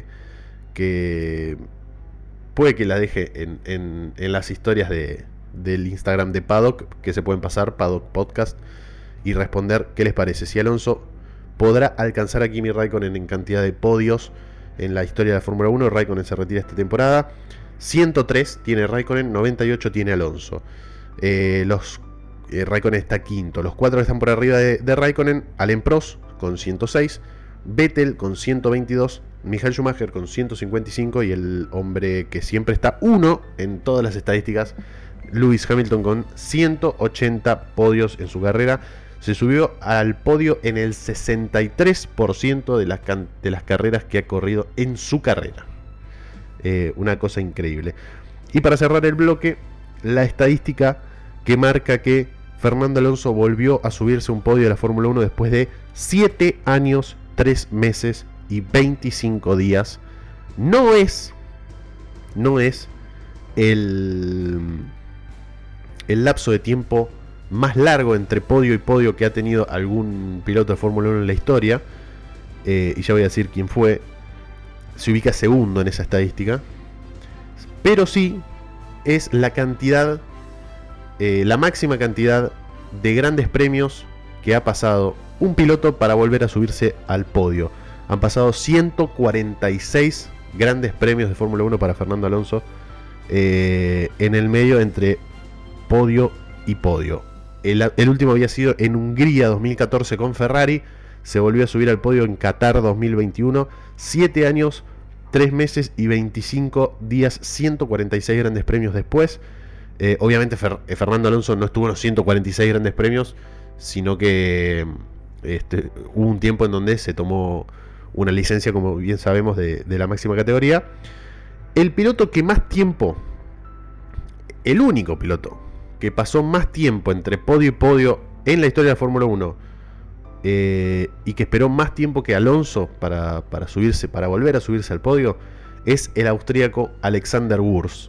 A: que puede que la deje en, en, en las historias de, del Instagram de Paddock, que se pueden pasar, Paddock Podcast, y responder qué les parece. Si Alonso podrá alcanzar a Kimi Raikkonen en cantidad de podios en la historia de la Fórmula uno. Raikkonen se retira esta temporada. ciento tres tiene Raikkonen, noventa y ocho tiene Alonso. Eh, los Eh, Raikkonen está quinto. Los cuatro que están por arriba de, de Raikkonen: Alain Prost con ciento seis, Vettel con ciento veintidós, Michael Schumacher con ciento cincuenta y cinco y el hombre que siempre está uno en todas las estadísticas, Lewis Hamilton, con ciento ochenta podios en su carrera. Se subió al podio en el sesenta y tres por ciento de las, de las carreras que ha corrido en su carrera. Eh, una cosa increíble. Y para cerrar el bloque, la estadística que marca que Fernando Alonso volvió a subirse a un podio de la Fórmula uno después de siete años, tres meses y veinticinco días. No es, no es el, el lapso de tiempo más largo entre podio y podio que ha tenido algún piloto de Fórmula uno en la historia. Eh, y ya voy a decir quién fue. Se ubica segundo en esa estadística. Pero sí es la cantidad... Eh, la máxima cantidad de grandes premios que ha pasado un piloto para volver a subirse al podio. Han pasado ciento cuarenta y seis grandes premios de Fórmula uno para Fernando Alonso, eh, en el medio entre podio y podio. El, el último había sido en Hungría dos mil catorce con Ferrari. Se volvió a subir al podio en Qatar dos mil veintiuno. siete años, tres meses y veinticinco días, ciento cuarenta y seis grandes premios después. Eh, obviamente Fer Fernando Alonso no estuvo en los ciento cuarenta y seis grandes premios, sino que este, hubo un tiempo en donde se tomó una licencia, como bien sabemos, de, de la máxima categoría. El piloto que más tiempo, el único piloto que pasó más tiempo entre podio y podio en la historia de la Fórmula uno, eh, y que esperó más tiempo que Alonso para, para subirse, para volver a subirse al podio, es el austríaco Alexander Wurz,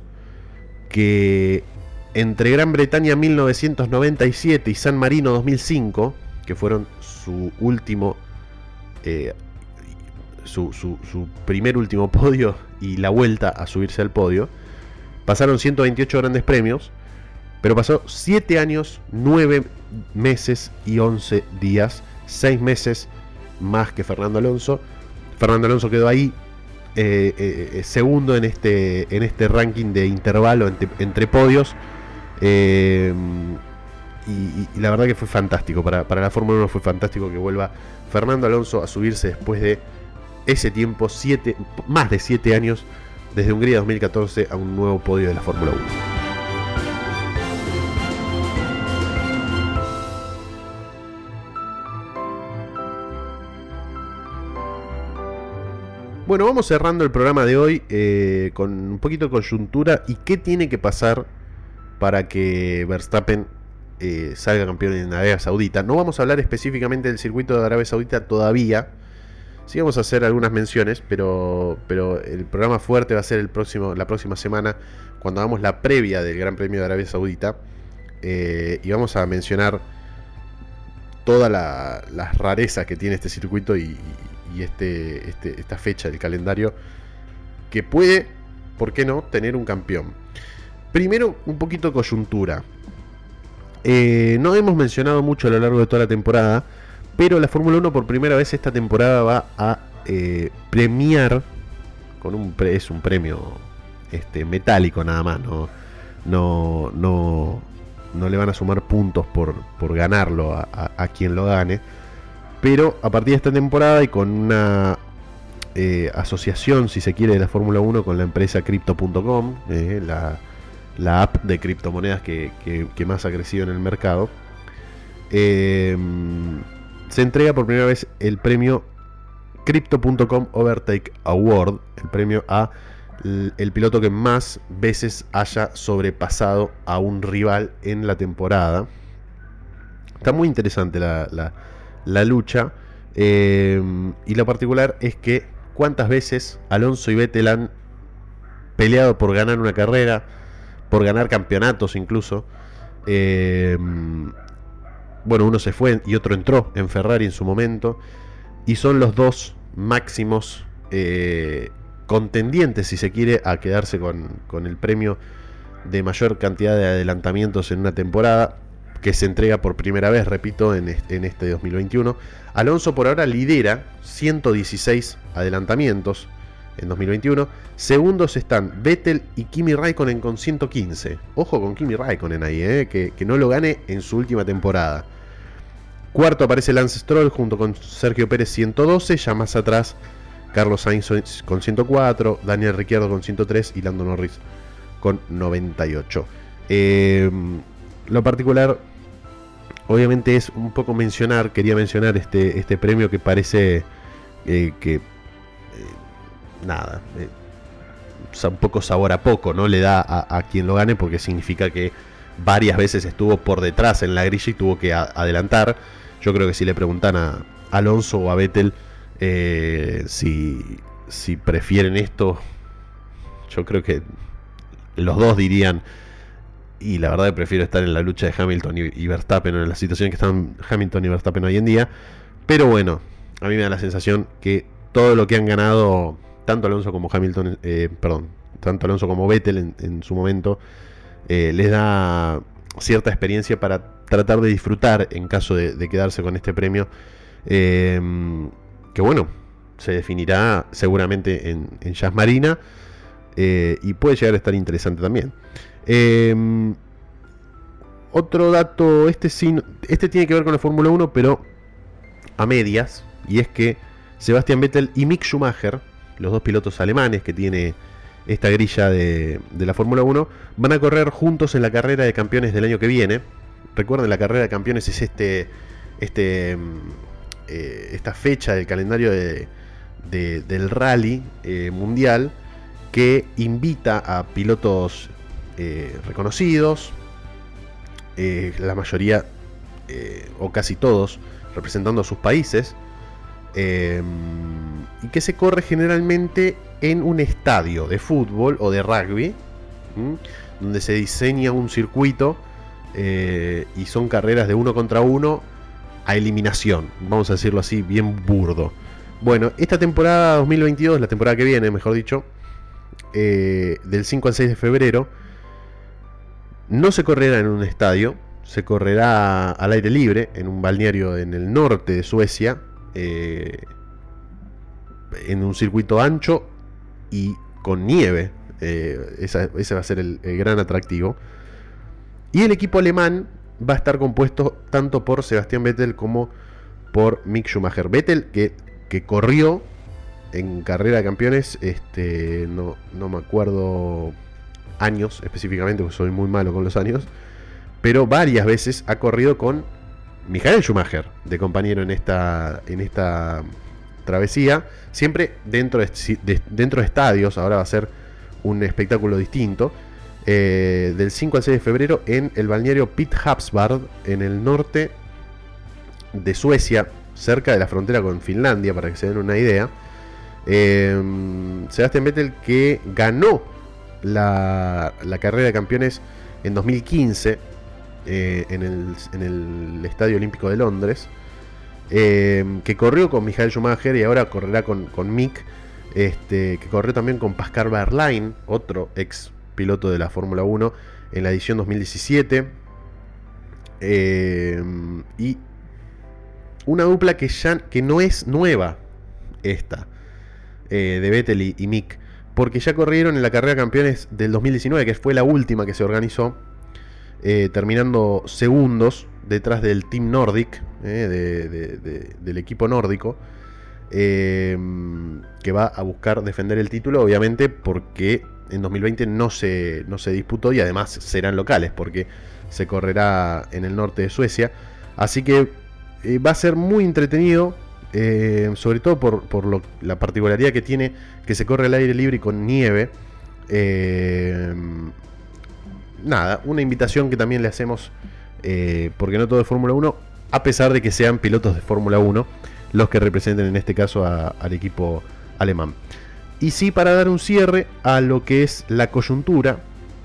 A: que entre Gran Bretaña mil novecientos noventa y siete y San Marino dos mil cinco, que fueron su último, eh, su, su, su primer último podio y la vuelta a subirse al podio, pasaron ciento veintiocho grandes premios, pero pasó siete años, nueve meses y once días, seis meses más que Fernando Alonso. Fernando Alonso quedó ahí, eh, eh, segundo en este, en este ranking de intervalo entre, entre podios. Eh, y, y la verdad que fue fantástico para, para la Fórmula uno, fue fantástico que vuelva Fernando Alonso a subirse después de ese tiempo, siete, más de siete años, desde Hungría dos mil catorce a un nuevo podio de la Fórmula uno. Bueno, vamos cerrando el programa de hoy eh, con un poquito de coyuntura y qué tiene que pasar para que Verstappen eh, salga campeón en Arabia Saudita. No vamos a hablar específicamente del circuito de Arabia Saudita todavía. Sí vamos a hacer algunas menciones, pero, pero el programa fuerte va a ser el próximo, la próxima semana, cuando hagamos la previa del Gran Premio de Arabia Saudita. Eh, y vamos a mencionar todas la, las rarezas que tiene este circuito y, y este, este, esta fecha del calendario, que puede, ¿por qué no?, tener un campeón. Primero, un poquito de coyuntura. Eh, no hemos mencionado mucho a lo largo de toda la temporada, pero la Fórmula uno por primera vez esta temporada va a eh, premiar, con un pre, es un premio este, metálico nada más, no, no, no, no le van a sumar puntos por, por ganarlo a, a, a quien lo gane, pero a partir de esta temporada y con una eh, asociación, si se quiere, de la Fórmula uno con la empresa Crypto punto com, eh, la la app de criptomonedas que, que, que más ha crecido en el mercado, eh, se entrega por primera vez el premio Crypto punto com Overtake Award, el premio a el piloto que más veces haya sobrepasado a un rival en la temporada. Está muy interesante la, la, la lucha, eh, y lo particular es que cuántas veces Alonso y Vettel han peleado por ganar una carrera, por ganar campeonatos incluso. Eh, bueno, uno se fue y otro entró en Ferrari en su momento, y son los dos máximos eh, contendientes, si se quiere, a quedarse con, con el premio de mayor cantidad de adelantamientos en una temporada, que se entrega por primera vez, repito, en este, en este dos mil veintiuno. Alonso por ahora lidera ciento dieciséis adelantamientos en dos mil veintiuno. Segundos están Vettel y Kimi Raikkonen con ciento quince. Ojo con Kimi Raikkonen ahí, eh, que, que no lo gane en su última temporada. Cuarto aparece Lance Stroll junto con Sergio Pérez ciento doce. Ya más atrás Carlos Sainz con ciento cuatro, Daniel Ricciardo con ciento tres y Lando Norris con noventa y ocho. Eh, lo particular, obviamente, es un poco mencionar, quería mencionar este, este premio que parece eh, que... nada, eh, un poco sabor a poco, ¿no? Le da a, a quien lo gane, porque significa que varias veces estuvo por detrás en la grilla y tuvo que a, adelantar. Yo creo que si le preguntan a Alonso o a Vettel eh, si, si prefieren esto, yo creo que los dos dirían, y la verdad que prefiero estar en la lucha de Hamilton y, y Verstappen, o en la situación que están Hamilton y Verstappen hoy en día. Pero bueno, a mí me da la sensación que todo lo que han ganado tanto Alonso como Hamilton, eh, perdón, tanto Alonso como Vettel en, en su momento, eh, les da cierta experiencia para tratar de disfrutar en caso de, de quedarse con este premio, eh, que bueno, se definirá seguramente en, en Jazz Marina, eh, y puede llegar a estar interesante también. Eh, otro dato, este, sí, este tiene que ver con la Fórmula uno, pero a medias, y es que Sebastian Vettel y Mick Schumacher, los dos pilotos alemanes que tiene esta grilla de, de la Fórmula uno, van a correr juntos en la carrera de campeones del año que viene. Recuerden, la carrera de campeones es este, este, eh, esta fecha del calendario de, de, del rally eh, mundial, que invita a pilotos eh, reconocidos, eh, la mayoría eh, o casi todos representando a sus países. Eh, y que se corre generalmente en un estadio de fútbol o de rugby, ¿m? donde se diseña un circuito, eh, y son carreras de uno contra uno a eliminación, vamos a decirlo así, bien burdo. Bueno, esta temporada dos mil veintidós, la temporada que viene, mejor dicho, eh, del cinco al seis de febrero, no se correrá en un estadio, se correrá al aire libre, en un balneario en el norte de Suecia, Eh, en un circuito ancho y con nieve. eh, esa, ese va a ser el, el gran atractivo. Y el equipo alemán va a estar compuesto tanto por Sebastian Vettel como por Mick Schumacher. Vettel que, que corrió en carrera de campeones, este, no, no me acuerdo años específicamente, porque soy muy malo con los años, pero varias veces ha corrido con Michael Schumacher de compañero en esta, en esta travesía, siempre dentro de, de, dentro de estadios. Ahora va a ser un espectáculo distinto, eh, del cinco al seis de febrero en el balneario Pitt Havsbad, en el norte de Suecia, cerca de la frontera con Finlandia, para que se den una idea. eh, Sebastian Vettel, que ganó la, la carrera de campeones en dos mil quince, Eh, en, el, en el Estadio Olímpico de Londres, eh, que corrió con Michael Schumacher y ahora correrá con, con Mick, este, que corrió también con Pascal Wehrlein, otro ex piloto de la Fórmula uno, en la edición dos mil diecisiete. Eh, y una dupla que ya que no es nueva esta, eh, de Vettel y, y Mick, porque ya corrieron en la carrera de campeones del dos mil diecinueve, que fue la última que se organizó, eh, terminando segundos detrás del Team Nordic, eh, de, de, de, del equipo nórdico, eh, que va a buscar defender el título, obviamente porque en dos mil veinte no se, no se disputó y además serán locales, porque se correrá en el norte de Suecia. Así que eh, va a ser muy entretenido, eh, sobre todo por, por lo, la particularidad que tiene, que se corre al aire libre y con nieve. Eh, nada, una invitación que también le hacemos, eh, porque no todo es Fórmula uno, a pesar de que sean pilotos de Fórmula uno los que representen en este caso a, al equipo alemán. Y sí, para dar un cierre a lo que es la coyuntura,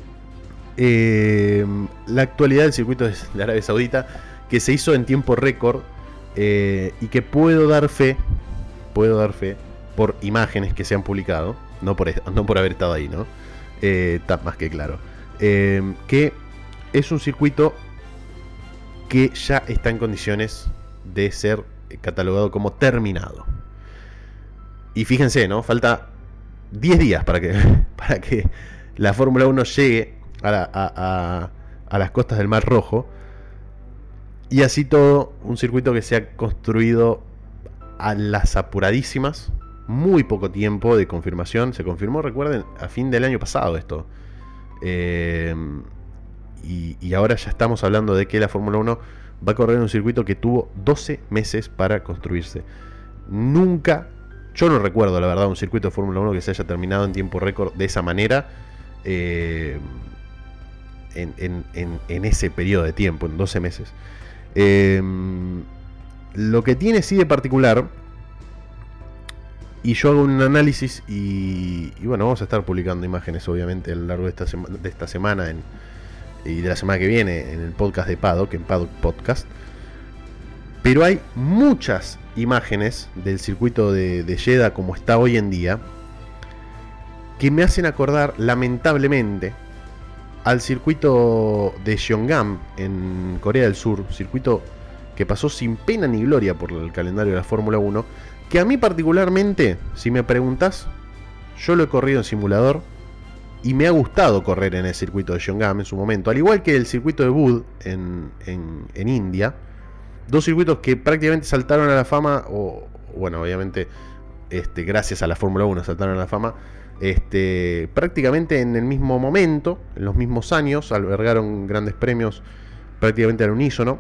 A: eh, la actualidad del circuito de Arabia Saudita, que se hizo en tiempo récord, eh, y que puedo dar fe, puedo dar fe por imágenes que se han publicado, no por, no por haber estado ahí, ¿no? Eh, está más que claro. Eh, que es un circuito que ya está en condiciones de ser catalogado como terminado. Y fíjense, ¿no? Falta diez días para que, para que la Fórmula uno llegue a, la, a, a, a las costas del Mar Rojo. Y así todo, un circuito que se ha construido a las apuradísimas, muy poco tiempo de confirmación. Se confirmó, recuerden, a fin del año pasado esto. Eh, y, y ahora ya estamos hablando de que la Fórmula uno va a correr en un circuito que tuvo doce meses para construirse. Nunca, yo no recuerdo la verdad un circuito de Fórmula uno que se haya terminado en tiempo récord de esa manera, eh, en, en, en, en ese periodo de tiempo, en doce meses. Eh, lo que tiene sí de particular, y yo hago un análisis y, y bueno, vamos a estar publicando imágenes obviamente a lo largo de esta, sema, de esta semana en, y de la semana que viene en el podcast de Paddock, en Paddock Podcast. Pero hay muchas imágenes del circuito de, de Jeddah como está hoy en día que me hacen acordar lamentablemente al circuito de Gyeonggam en Corea del Sur, circuito que pasó sin pena ni gloria por el calendario de la Fórmula uno, que a mí particularmente, si me preguntas, yo lo he corrido en simulador y me ha gustado correr en el circuito de Gyeonggam en su momento, al igual que el circuito de Bud en, en, en India, dos circuitos que prácticamente saltaron a la fama, o bueno, obviamente este, gracias a la Fórmula uno saltaron a la fama, este, prácticamente en el mismo momento, en los mismos años, albergaron grandes premios prácticamente al unísono,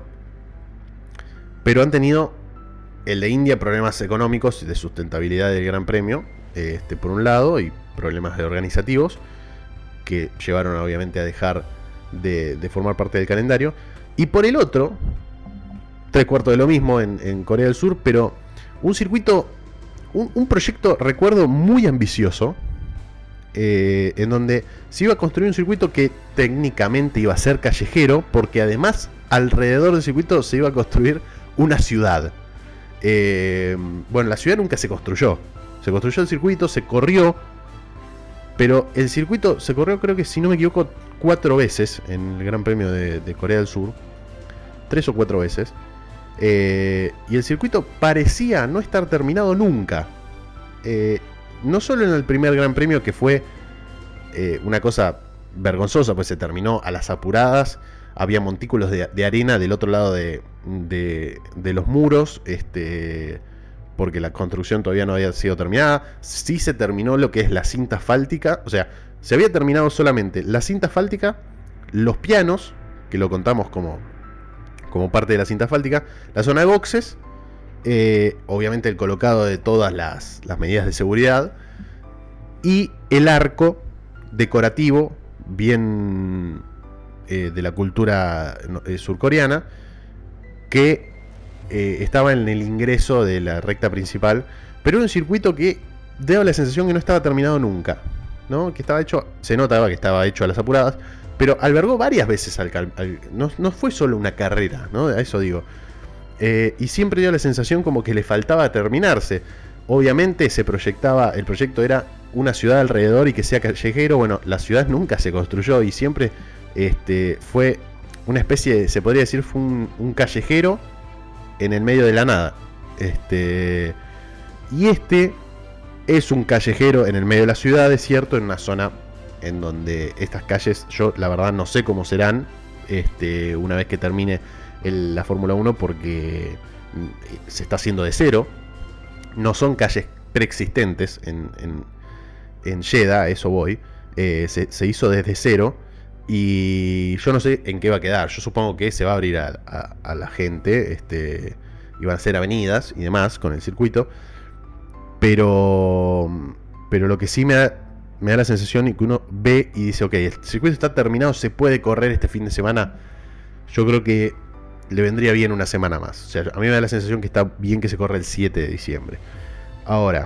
A: pero han tenido, el de India, problemas económicos de sustentabilidad del Gran Premio, este, por un lado, y problemas de organizativos que llevaron obviamente a dejar de, de formar parte del calendario, y por el otro, tres cuartos de lo mismo en, en Corea del Sur, pero un circuito, un, un proyecto, recuerdo, muy ambicioso, eh, en donde se iba a construir un circuito que técnicamente iba a ser callejero, porque además alrededor del circuito se iba a construir una ciudad. Eh, bueno, la ciudad nunca se construyó, se construyó el circuito, se corrió, pero el circuito se corrió, creo que si no me equivoco, cuatro veces en el Gran Premio de, de Corea del Sur, tres o cuatro veces. Eh, y el circuito parecía no estar terminado nunca. Eh, no solo en el primer Gran Premio, que fue eh, una cosa vergonzosa, pues se terminó a las apuradas. Había montículos de, de arena del otro lado de, de, de los muros, este, porque la construcción todavía no había sido terminada. Sí se terminó lo que es la cinta asfáltica. O sea, se había terminado solamente la cinta asfáltica, los pianos, que lo contamos como... como parte de la cinta asfáltica, la zona de boxes, eh, obviamente el colocado de todas las, las medidas de seguridad, y el arco decorativo, bien eh, de la cultura eh, surcoreana, que eh, estaba en el ingreso de la recta principal, pero era un circuito que daba la sensación que no estaba terminado nunca, ¿no? Que estaba hecho, se notaba que estaba hecho a las apuradas, pero albergó varias veces al, al no, no fue solo una carrera, ¿no? A eso digo. Eh, y siempre dio la sensación como que le faltaba terminarse. Obviamente se proyectaba, el proyecto era una ciudad alrededor y que sea callejero. Bueno, la ciudad nunca se construyó y siempre este, fue una especie de, se podría decir, fue un, un callejero en el medio de la nada. Este, y este es un callejero en el medio de la ciudad, es cierto, en una zona en donde estas calles, yo la verdad no sé cómo serán este, una vez que termine el, la Fórmula uno, porque se está haciendo de cero. No son calles preexistentes en, en, en Jeddah, a eso voy. Eh, se, se hizo desde cero. Y yo no sé en qué va a quedar. Yo supongo que se va a abrir a, a, a la gente. Este, y van a ser avenidas y demás con el circuito. Pero, pero lo que sí me da, me da la sensación y que uno ve y dice, ok, el circuito está terminado, se puede correr este fin de semana. Yo creo que le vendría bien una semana más. O sea, a mí me da la sensación que está bien que se corre el siete de diciembre. Ahora,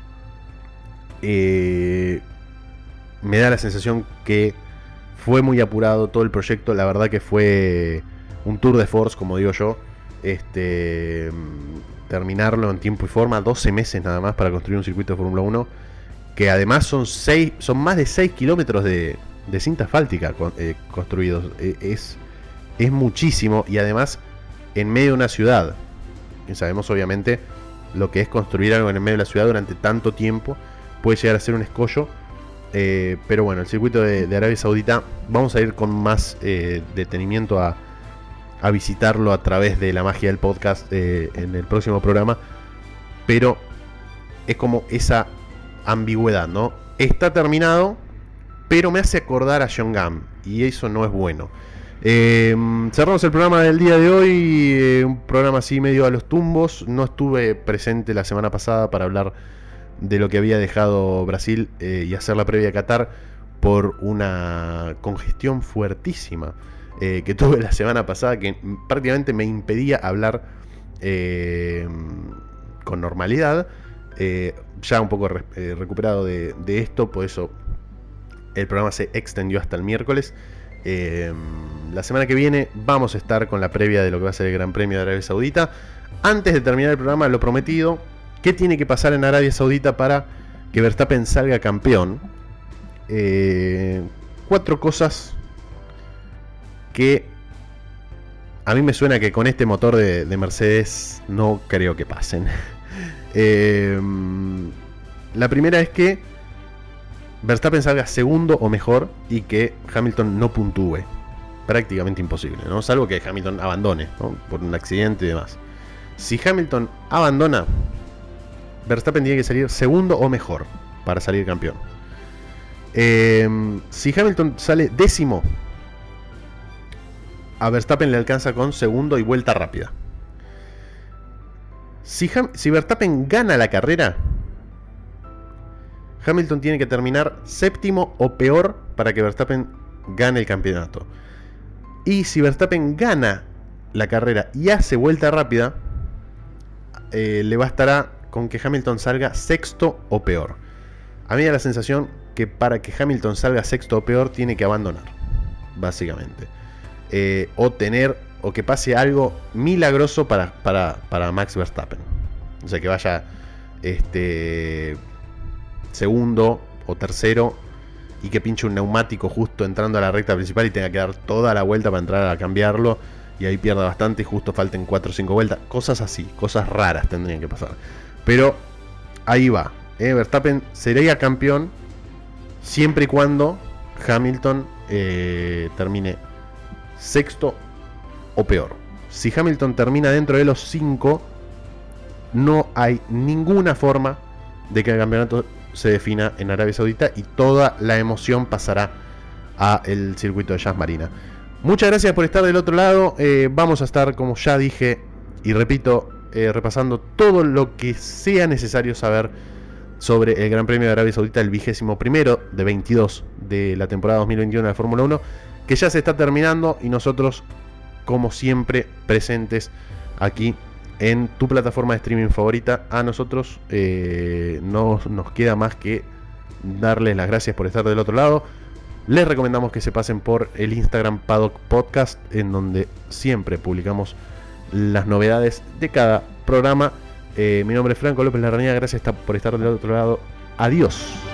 A: eh, me da la sensación que fue muy apurado todo el proyecto. La verdad que fue un tour de force, como digo yo. Este, terminarlo en tiempo y forma, doce meses nada más para construir un circuito de Fórmula uno, que además son seis, son más de seis kilómetros de, de cinta asfáltica eh, construidos. Eh, es, es muchísimo, y además en medio de una ciudad. Y sabemos obviamente lo que es construir algo en el medio de la ciudad durante tanto tiempo. Puede llegar a ser un escollo. Eh, pero bueno, el circuito de, de Arabia Saudita, vamos a ir con más eh, detenimiento a, a visitarlo a través de la magia del podcast eh, en el próximo programa. Pero es como esa ambigüedad, ¿no? Está terminado, pero me hace acordar a Jeongam, y eso no es bueno. Eh, cerramos el programa del día de hoy, eh, un programa así medio a los tumbos. No estuve presente la semana pasada para hablar de lo que había dejado Brasil eh, y hacer la previa a Qatar por una congestión fuertísima eh, que tuve la semana pasada, que prácticamente me impedía hablar eh, con normalidad. Eh, ya un poco re, eh, recuperado de, de esto, por eso el programa se extendió hasta el miércoles. Eh, la semana que viene vamos a estar con la previa de lo que va a ser el Gran Premio de Arabia Saudita. Antes de terminar el programa, lo prometido: ¿qué tiene que pasar en Arabia Saudita para que Verstappen salga campeón? Eh, cuatro cosas que a mí me suena que con este motor de, de Mercedes no creo que pasen. eh, la primera es que Verstappen salga segundo o mejor y que Hamilton no puntúe. Prácticamente imposible, ¿no? Salvo que Hamilton abandone, ¿no? Por un accidente y demás. Si Hamilton abandona, Verstappen tiene que salir segundo o mejor para salir campeón. Eh, si Hamilton sale décimo, a Verstappen le alcanza con segundo y vuelta rápida. Si, Ham- si Verstappen gana la carrera, Hamilton tiene que terminar séptimo o peor para que Verstappen gane el campeonato. Y si Verstappen gana la carrera y hace vuelta rápida, eh, le bastará con que Hamilton salga sexto o peor. A mí me da la sensación que para que Hamilton salga sexto o peor tiene que abandonar, básicamente. Eh, o tener, o que pase algo milagroso para, para, para Max Verstappen. O sea, que vaya este, segundo o tercero y que pinche un neumático justo entrando a la recta principal y tenga que dar toda la vuelta para entrar a cambiarlo. Y ahí pierda bastante y justo falten cuatro o cinco vueltas. Cosas así, cosas raras tendrían que pasar. Pero ahí va. ¿eh? Verstappen sería campeón siempre y cuando Hamilton eh, termine sexto o peor. Si Hamilton termina dentro de los cinco, no hay ninguna forma de que el campeonato se defina en Arabia Saudita y toda la emoción pasará a el circuito de Yas Marina. Muchas gracias por estar del otro lado. Eh, vamos a estar, como ya dije y repito, eh, repasando todo lo que sea necesario saber sobre el Gran Premio de Arabia Saudita, el vigésimo primero de veintidós de la temporada dos mil veintiuno de la Fórmula uno, que ya se está terminando, y nosotros, como siempre, presentes aquí en tu plataforma de streaming favorita. A nosotros eh, no nos queda más que darles las gracias por estar del otro lado. Les recomendamos que se pasen por el Instagram Paddock Podcast, en donde siempre publicamos las novedades de cada programa. Eh, mi nombre es Franco López Larrañaga, gracias por estar del otro lado. Adiós.